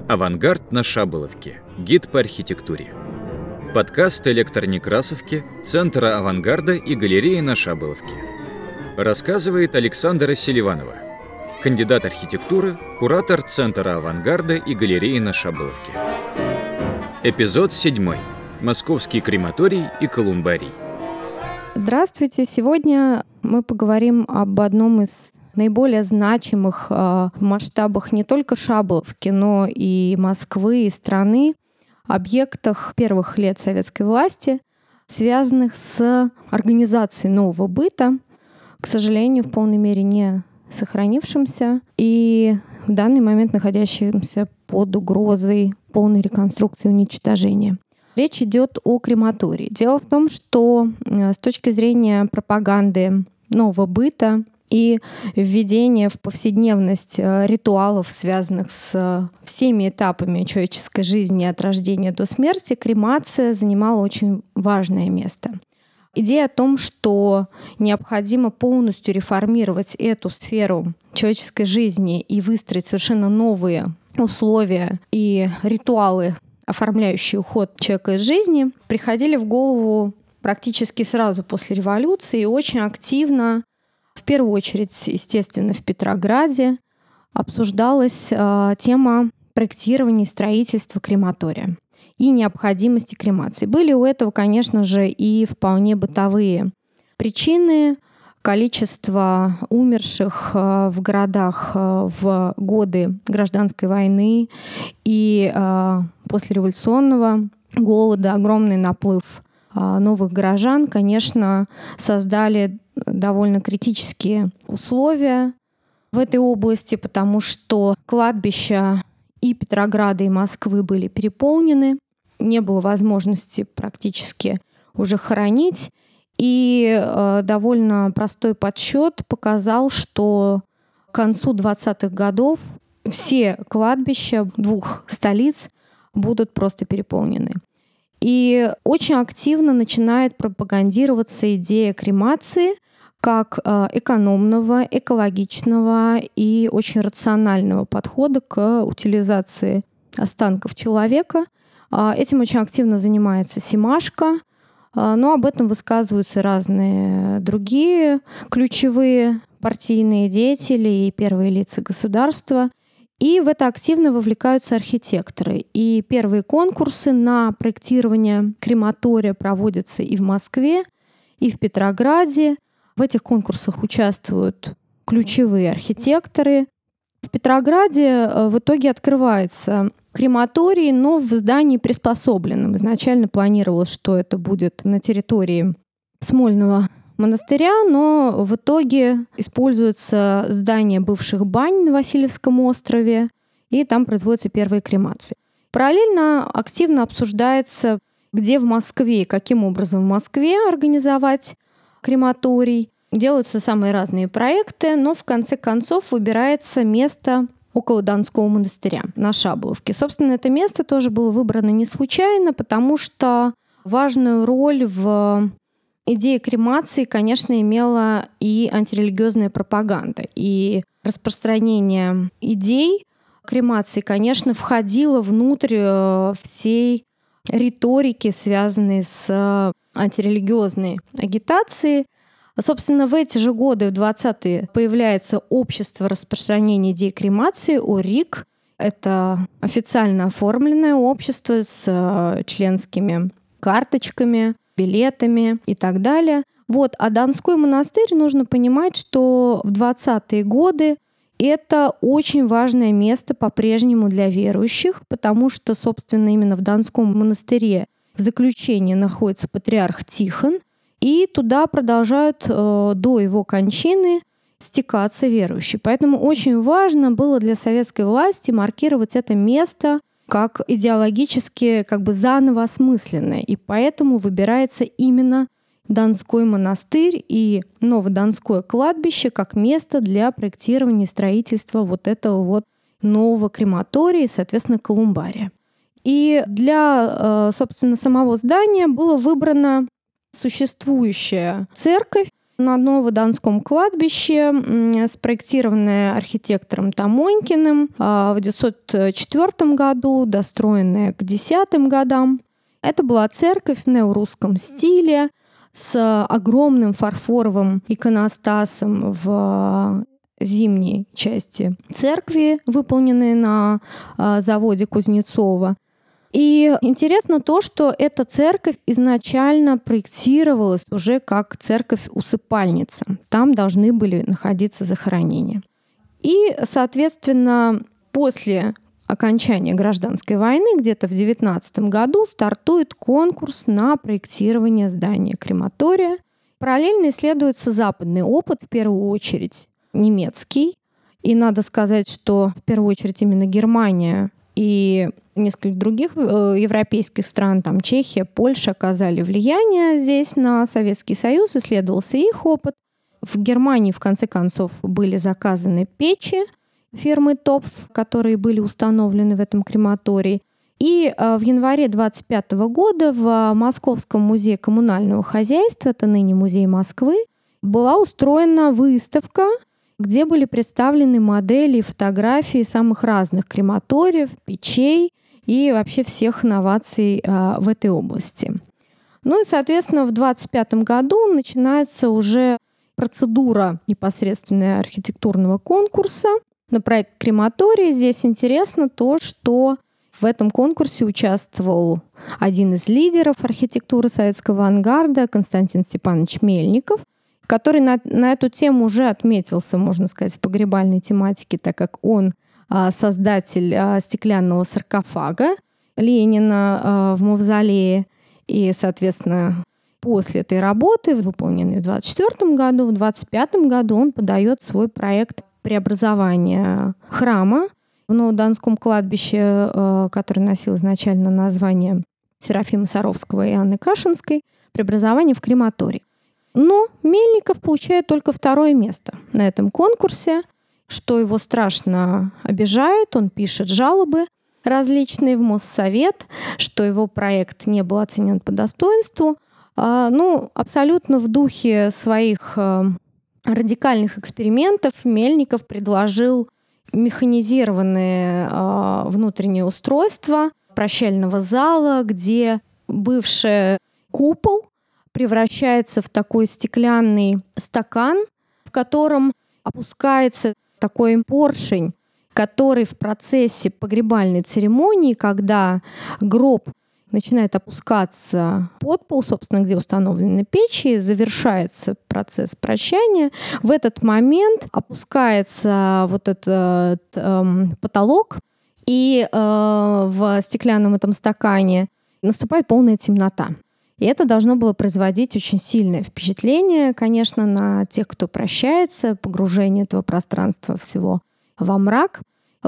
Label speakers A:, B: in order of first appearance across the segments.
A: Авангард на Шаболовке. Гид по архитектуре. Подкаст электронекрасовки, Центра Авангарда и галереи на Шаболовке. Рассказывает Александра Селиванова, кандидат архитектуры, куратор Центра Авангарда и галереи на Шаболовке. Эпизод 7. Московский крематорий и колумбарий.
B: Здравствуйте! Сегодня мы поговорим об одном из наиболее значимых в масштабах не только Шаболовки, но и Москвы, и страны, объектах первых лет советской власти, связанных с организацией нового быта, к сожалению, в полной мере не сохранившимся и в данный момент находящимся под угрозой полной реконструкции и уничтожения. Речь идет о крематории. Дело в том, что с точки зрения пропаганды нового быта и введения в повседневность ритуалов, связанных с всеми этапами человеческой жизни от рождения до смерти, кремация занимала очень важное место. Идея о том, что необходимо полностью реформировать эту сферу человеческой жизни и выстроить совершенно новые условия и ритуалы, оформляющие уход человека из жизни, приходили в голову практически сразу после революции и очень активно, в первую очередь, естественно, в Петрограде, обсуждалась тема проектирования и строительства крематория и необходимости кремации. Были у этого, конечно же, и вполне бытовые причины. Количество умерших в городах в годы гражданской войны и послереволюционного голода, огромный наплыв новых горожан, конечно, создали довольно критические условия в этой области, потому что кладбища и Петрограда, и Москвы были переполнены, не было возможности практически уже хоронить, и довольно простой подсчет показал, что к концу 20-х годов все кладбища двух столиц будут просто переполнены. И очень активно начинает пропагандироваться идея кремации как экономного, экологичного и очень рационального подхода к утилизации останков человека. Этим очень активно занимается Семашко, но об этом высказываются разные другие ключевые партийные деятели и первые лица государства. И в это активно вовлекаются архитекторы. И первые конкурсы на проектирование крематория проводятся и в Москве, и в Петрограде. В этих конкурсах участвуют ключевые архитекторы. В Петрограде в итоге открывается крематорий, но в здании приспособленном. Изначально планировалось, что это будет на территории Смольного монастыря, но в итоге используется здание бывших бань на Васильевском острове, и там производятся первые кремации. Параллельно активно обсуждается, где в Москве и каким образом в Москве организовать крематорий. Делаются самые разные проекты, но в конце концов выбирается место около Донского монастыря на Шаболовке. Собственно, это место тоже было выбрано не случайно, потому что важную роль в идее кремации, конечно, имела и антирелигиозная пропаганда. И распространение идей кремации, конечно, входило внутрь всей риторики, связанной с антирелигиозной агитацией. Собственно, в эти же годы, в 20-е, появляется общество распространения идей кремации, ОРИК. Это официально оформленное общество с членскими карточками, билетами и так далее. А Донской монастырь, нужно понимать, что в 20-е годы это очень важное место по-прежнему для верующих, потому что, собственно, именно в Донском монастыре в заключении находится патриарх Тихон, и туда продолжают до его кончины стекаться верующие. Поэтому очень важно было для советской власти маркировать это место как идеологически заново осмысленное. И поэтому выбирается именно Донской монастырь и Новодонское кладбище как место для проектирования и строительства этого нового крематория и, соответственно, колумбария. И для, собственно, самого здания была выбрана существующая церковь на Новодонском кладбище, спроектированное архитектором Тамонькиным в 1904 году, достроенное к 10 годам. Это была церковь в неорусском стиле с огромным фарфоровым иконостасом в зимней части церкви, выполненной на заводе Кузнецова. И интересно то, что эта церковь изначально проектировалась уже как церковь-усыпальница. Там должны были находиться захоронения. И, соответственно, после окончания гражданской войны, где-то в 19 году, стартует конкурс на проектирование здания крематория. Параллельно исследуется западный опыт, в первую очередь немецкий. И надо сказать, что в первую очередь именно Германия и несколько других европейских стран, там Чехия, Польша, оказали влияние здесь на Советский Союз, исследовался их опыт. В Германии, в конце концов, были заказаны печи фирмы Топф, которые были установлены в этом крематории. И в январе 1925 года в Московском музее коммунального хозяйства, это ныне Музей Москвы, была устроена выставка, где были представлены модели и фотографии самых разных крематориев, печей и вообще всех инноваций в этой области. Ну и, соответственно, в 1925 году начинается уже процедура непосредственно архитектурного конкурса на проект крематория. Здесь интересно то, что в этом конкурсе участвовал один из лидеров архитектуры советского авангарда Константин Степанович Мельников, который на эту тему уже отметился, можно сказать, в погребальной тематике, так как он создатель стеклянного саркофага Ленина в мавзолее. И, соответственно, после этой работы, выполненной в 1924 году, в 1925 году он подает свой проект преобразования храма в Новодонском кладбище, который носил изначально название Серафима Саровского и Анны Кашинской, преобразование в крематорий. Но Мельников получает только 2 место на этом конкурсе, что его страшно обижает. Он пишет жалобы различные в Моссовет, что его проект не был оценен по достоинству. Абсолютно в духе своих радикальных экспериментов Мельников предложил механизированное внутреннее устройство прощального зала, где бывший купол превращается в такой стеклянный стакан, в котором опускается такой поршень, который в процессе погребальной церемонии, когда гроб начинает опускаться под пол, собственно, где установлены печи, завершается процесс прощания. В этот момент опускается вот этот потолок, и в стеклянном этом стакане наступает полная темнота. И это должно было производить очень сильное впечатление, конечно, на тех, кто прощается, погружение этого пространства всего во мрак.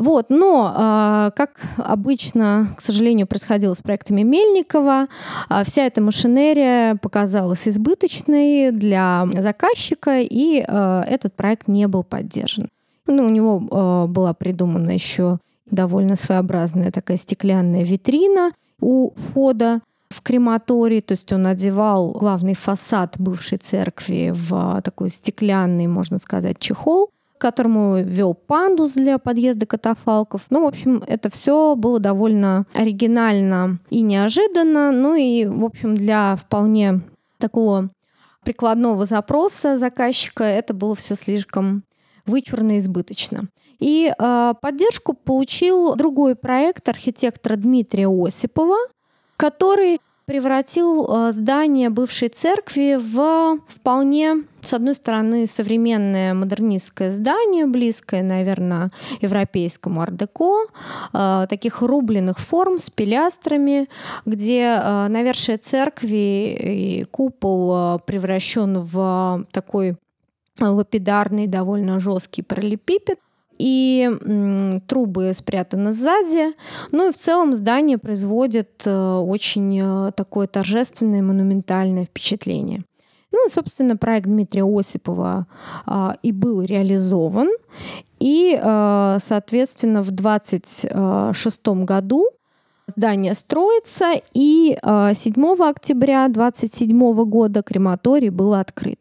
B: Но, как обычно, к сожалению, происходило с проектами Мельникова, вся эта машинерия показалась избыточной для заказчика, и этот проект не был поддержан. У него была придумана еще довольно своеобразная такая стеклянная витрина у входа в крематорий, то есть он одевал главный фасад бывшей церкви в такой стеклянный, можно сказать, чехол, к которому вел пандус для подъезда катафалков. В общем, это все было довольно оригинально и неожиданно, и, в общем, для вполне такого прикладного запроса заказчика это было все слишком вычурно и избыточно. И поддержку получил другой проект архитектора Дмитрия Осипова, который превратил здание бывшей церкви в вполне, с одной стороны, современное модернистское здание, близкое, наверное, европейскому ар-деко, таких рубленых форм с пилястрами, где навершие церкви и купол превращен в такой лапидарный, довольно жесткий параллелепипед, и трубы спрятаны сзади. И в целом здание производит очень такое торжественное, монументальное впечатление. Собственно, проект Дмитрия Осипова и был реализован. И, соответственно, в 1926 году здание строится, и 7 октября 1927 года крематорий был открыт.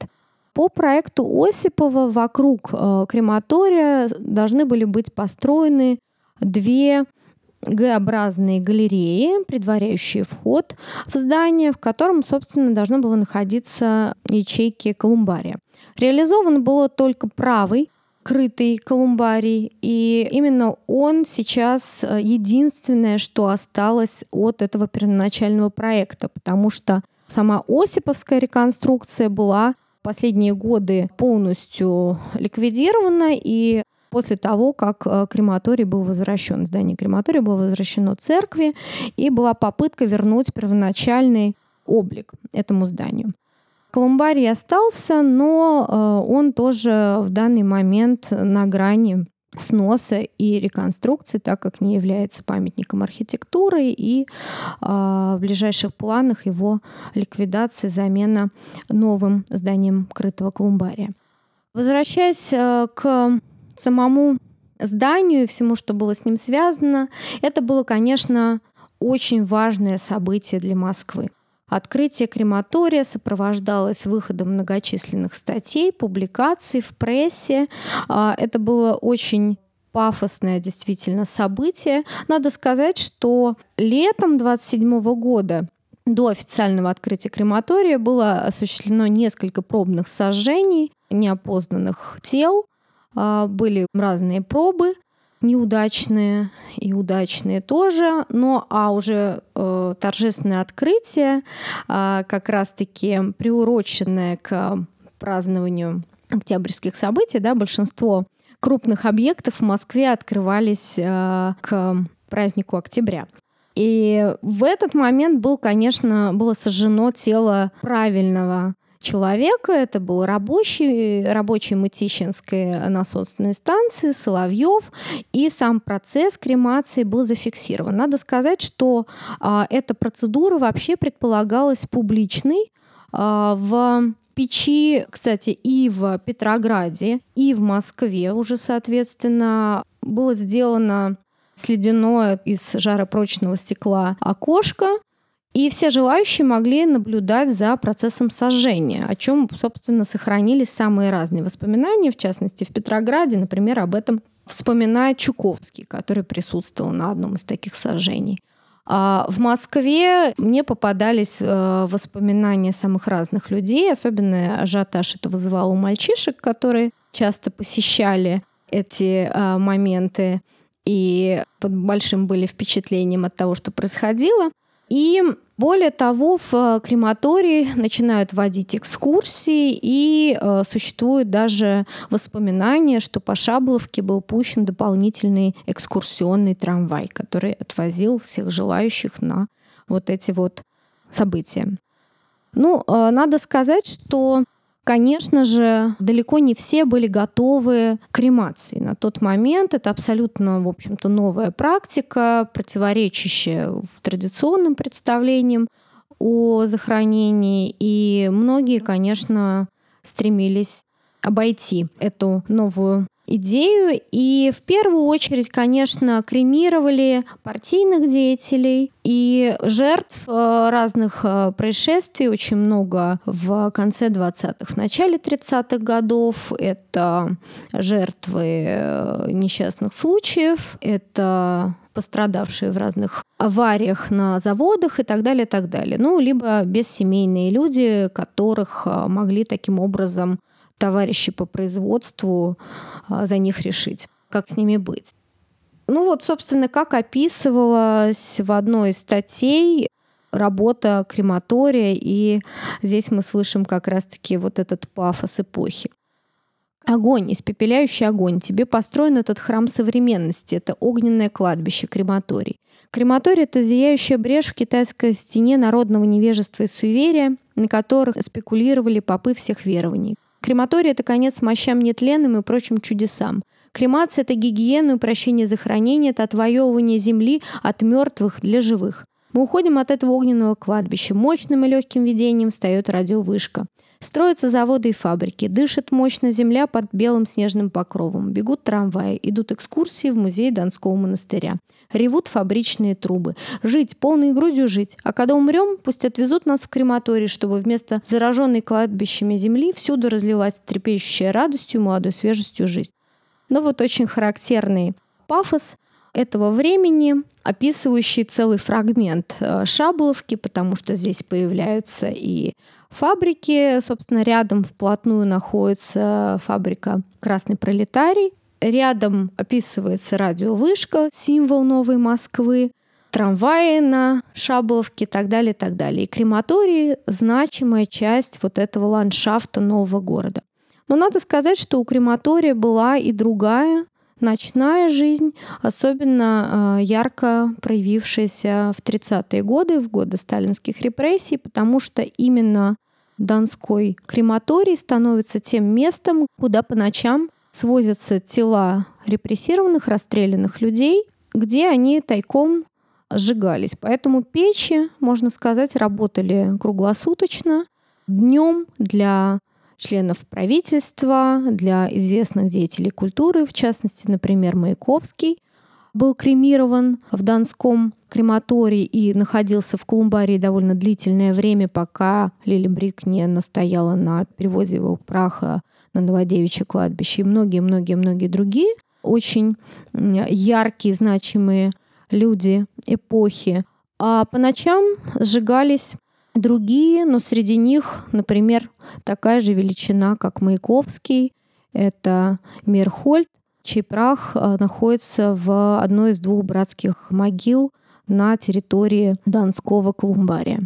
B: По проекту Осипова вокруг крематория должны были быть построены две Г-образные галереи, предваряющие вход в здание, в котором, собственно, должно было находиться ячейки колумбария. Реализован был только правый крытый колумбарий, и именно он сейчас единственное, что осталось от этого первоначального проекта, потому что сама Осиповская реконструкция была в последние годы полностью ликвидирована, и после того, как крематорий был возвращен, здание крематория было возвращено церкви, и была попытка вернуть первоначальный облик этому зданию. Колумбарий остался, но он тоже в данный момент на грани сноса и реконструкции, так как не является памятником архитектуры, и в ближайших планах его ликвидация, замена новым зданием крытого колумбария. Возвращаясь к самому зданию и всему, что было с ним связано, это было, конечно, очень важное событие для Москвы. Открытие крематория сопровождалось выходом многочисленных статей, публикаций в прессе. Это было очень пафосное действительно событие. Надо сказать, что летом 27 года до официального открытия крематория было осуществлено несколько пробных сожжений неопознанных тел. Были разные пробы, неудачные и удачные тоже, уже торжественное открытие, как раз-таки приуроченное к празднованию октябрьских событий, большинство крупных объектов в Москве открывались к празднику октября. И в этот момент было сожжено тело правильного человека. Это был рабочий Мытищинской насосной станции Соловьев, и сам процесс кремации был зафиксирован. Надо сказать, что эта процедура вообще предполагалась публичной. В печи, кстати, и в Петрограде, и в Москве уже, соответственно, было сделано слюдяное из жаропрочного стекла окошко, и все желающие могли наблюдать за процессом сожжения, о чем, собственно, сохранились самые разные воспоминания. В частности, в Петрограде, например, об этом вспоминает Чуковский, который присутствовал на одном из таких сожжений. А в Москве мне попадались воспоминания самых разных людей. Особенно ажиотаж это вызывало у мальчишек, которые часто посещали эти моменты и под большим были впечатлением от того, что происходило. И более того, в крематории начинают вводить экскурсии, и существует даже воспоминание, что по Шабловке был пущен дополнительный экскурсионный трамвай, который отвозил всех желающих на вот эти вот события. Надо сказать, что, конечно же, далеко не все были готовы к кремации. На тот момент это абсолютно, в общем-то, новая практика, противоречащая традиционным представлениям о захоронении. И многие, конечно, стремились обойти эту новую идею. И в первую очередь, конечно, кремировали партийных деятелей и жертв разных происшествий. Очень много в конце 20-х, в начале 30-х годов. Это жертвы несчастных случаев, это пострадавшие в разных авариях на заводах и так далее, и так далее. Либо бессемейные люди, которых могли таким образом товарищи по производству за них решить, как с ними быть. Собственно, как описывалась в одной из статей работа крематория, и здесь мы слышим как раз-таки вот этот пафос эпохи. Огонь, испепеляющий огонь. Тебе построен этот храм современности. Это огненное кладбище, крематорий. Крематорий — это зияющая брешь в китайской стене народного невежества и суеверия, на которых спекулировали попы всех верований. Крематорий — это конец мощам нетленным и прочим чудесам. Кремация — это гигиена и упрощение захоронения, это отвоевывание земли от мертвых для живых. Мы уходим от этого огненного кладбища. Мощным и легким видением встает радиовышка. Строятся заводы и фабрики, дышит мощно земля под белым снежным покровом, бегут трамваи, идут экскурсии в музей Донского монастыря. ревут фабричные трубы. Жить, полной грудью жить. А когда умрем, пусть отвезут нас в крематорий, чтобы вместо зараженной кладбищами земли всюду разлилась трепещущая радостью, молодой свежестью жизнь. Но вот очень характерный пафос этого времени, описывающий целый фрагмент Шаболовки, потому что здесь появляются и фабрики. Собственно, рядом вплотную находится фабрика «Красный пролетарий». Рядом описывается радиовышка, символ Новой Москвы, трамваи на Шаболовке и так далее, и так далее. И крематорий – значимая часть вот этого ландшафта нового города. Но надо сказать, что у крематория была и другая ночная жизнь, особенно ярко проявившаяся в 30-е годы, в годы сталинских репрессий, потому что именно Донской крематорий становится тем местом, куда по ночам свозятся тела репрессированных, расстрелянных людей, где они тайком сжигались. Поэтому печи, можно сказать, работали круглосуточно. Днем для членов правительства, для известных деятелей культуры, в частности, например, Маяковский, был кремирован в Донском крематории и находился в Колумбарии довольно длительное время, пока Лили Брик не настояла на переводе его праха на Новодевичье кладбище, и многие-многие-многие другие очень яркие, значимые люди эпохи. А по ночам сжигались другие, но среди них, например, такая же величина, как Маяковский, это Мейерхольд, чей прах находится в одной из двух братских могил на территории Донского Колумбария.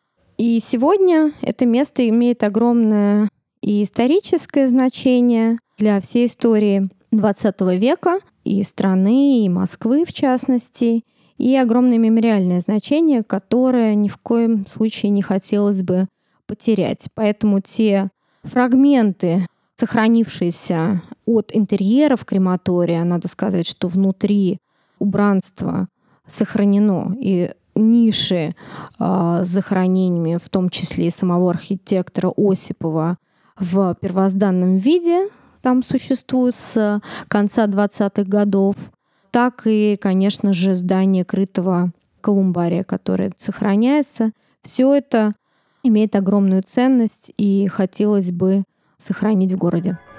B: И сегодня это место имеет огромное и историческое значение для всей истории XX века, и страны, и Москвы в частности, и огромное мемориальное значение, которое ни в коем случае не хотелось бы потерять. Поэтому те фрагменты, сохранившиеся от интерьеров крематория, надо сказать, что внутри убранство сохранено, и ниши с захоронениями, в том числе и самого архитектора Осипова, в первозданном виде там существует с конца 20-х годов, так и, конечно же, здание крытого колумбария, которое сохраняется. Все это имеет огромную ценность и хотелось бы сохранить в городе.